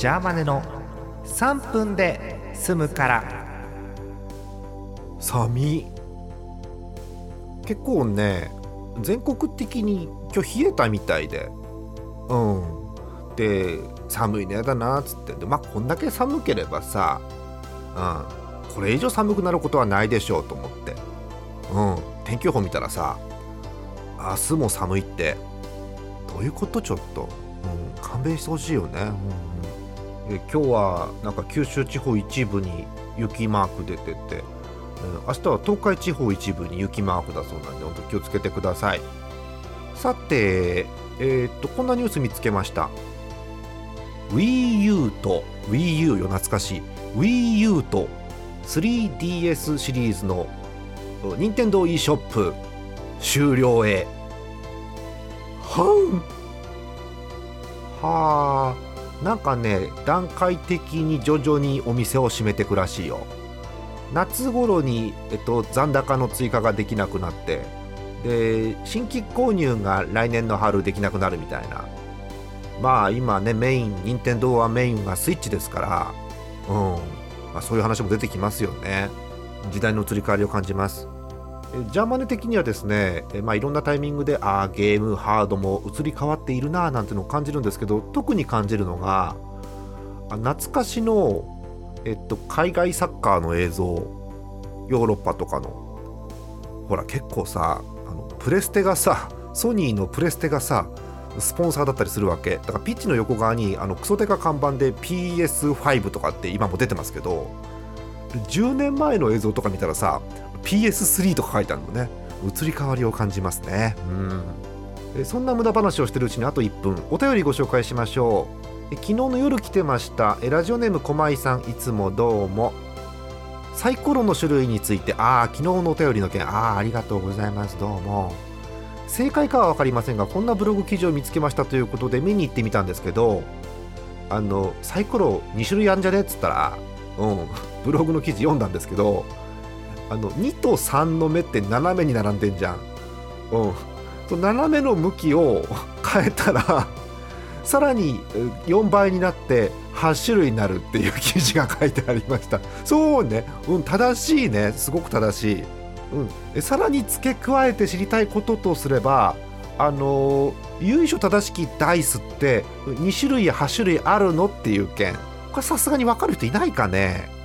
ジャーマネの3分で済むから。 寒い。結構ね、全国的に今日冷えたみたいで、で寒いねだなっつって、でこんだけ寒ければさ、これ以上寒くなることはないでしょうと思って、天気予報見たらさ、明日も寒いってどういうこと、ちょっと、勘弁してほしいよね。今日はなんか九州地方一部に雪マーク出てて、明日は東海地方一部に雪マークだそうなんで、本当気をつけてください。さて、こんなニュース見つけました。 Wii U と Wii U よ、懐かしい Wii U と 3DS シリーズの任天堂 e ショップ終了へ。なんかね、段階的に徐々にお店を閉めてくらしいよ。夏頃に、残高の追加ができなくなって、で新規購入が来年の春できなくなるみたいな。今ね、任天堂はメインがスイッチですから、そういう話も出てきますよね。時代の移り変わりを感じます。ジャーマネ的にはですね、いろんなタイミングでゲームハードも移り変わっているななんてのを感じるんですけど、特に感じるのが懐かしの、海外サッカーの映像、ヨーロッパとかの、ほら結構さ、プレステがさ、ソニーのプレステがさスポンサーだったりするわけだから、ピッチの横側にクソデカ看板で PS5 とかって今も出てますけど、10年前の映像とか見たらさ PS3 とか書いてあるのね。移り変わりを感じますね。そんな無駄話をしてるうちにあと1分、お便りご紹介しましょう。昨日の夜来てました。ラジオネームこまいさん、いつもどうも。サイコロの種類について、昨日のお便りの件、ありがとうございます。どうも。正解かは分かりませんが、こんなブログ記事を見つけましたということで見に行ってみたんですけど、サイコロ2種類あんじゃねっつったら、ブログの記事読んだんですけど、2と3の目って斜めに並んでんじゃん。斜めの向きを変えたらさらに4倍になって8種類になるっていう記事が書いてありました。そうね、正しいね、すごく正しい。さらに付け加えて知りたいこととすれば、由緒正しきダイスって2種類や8種類あるのっていう件、これさすがに分かる人いないかね。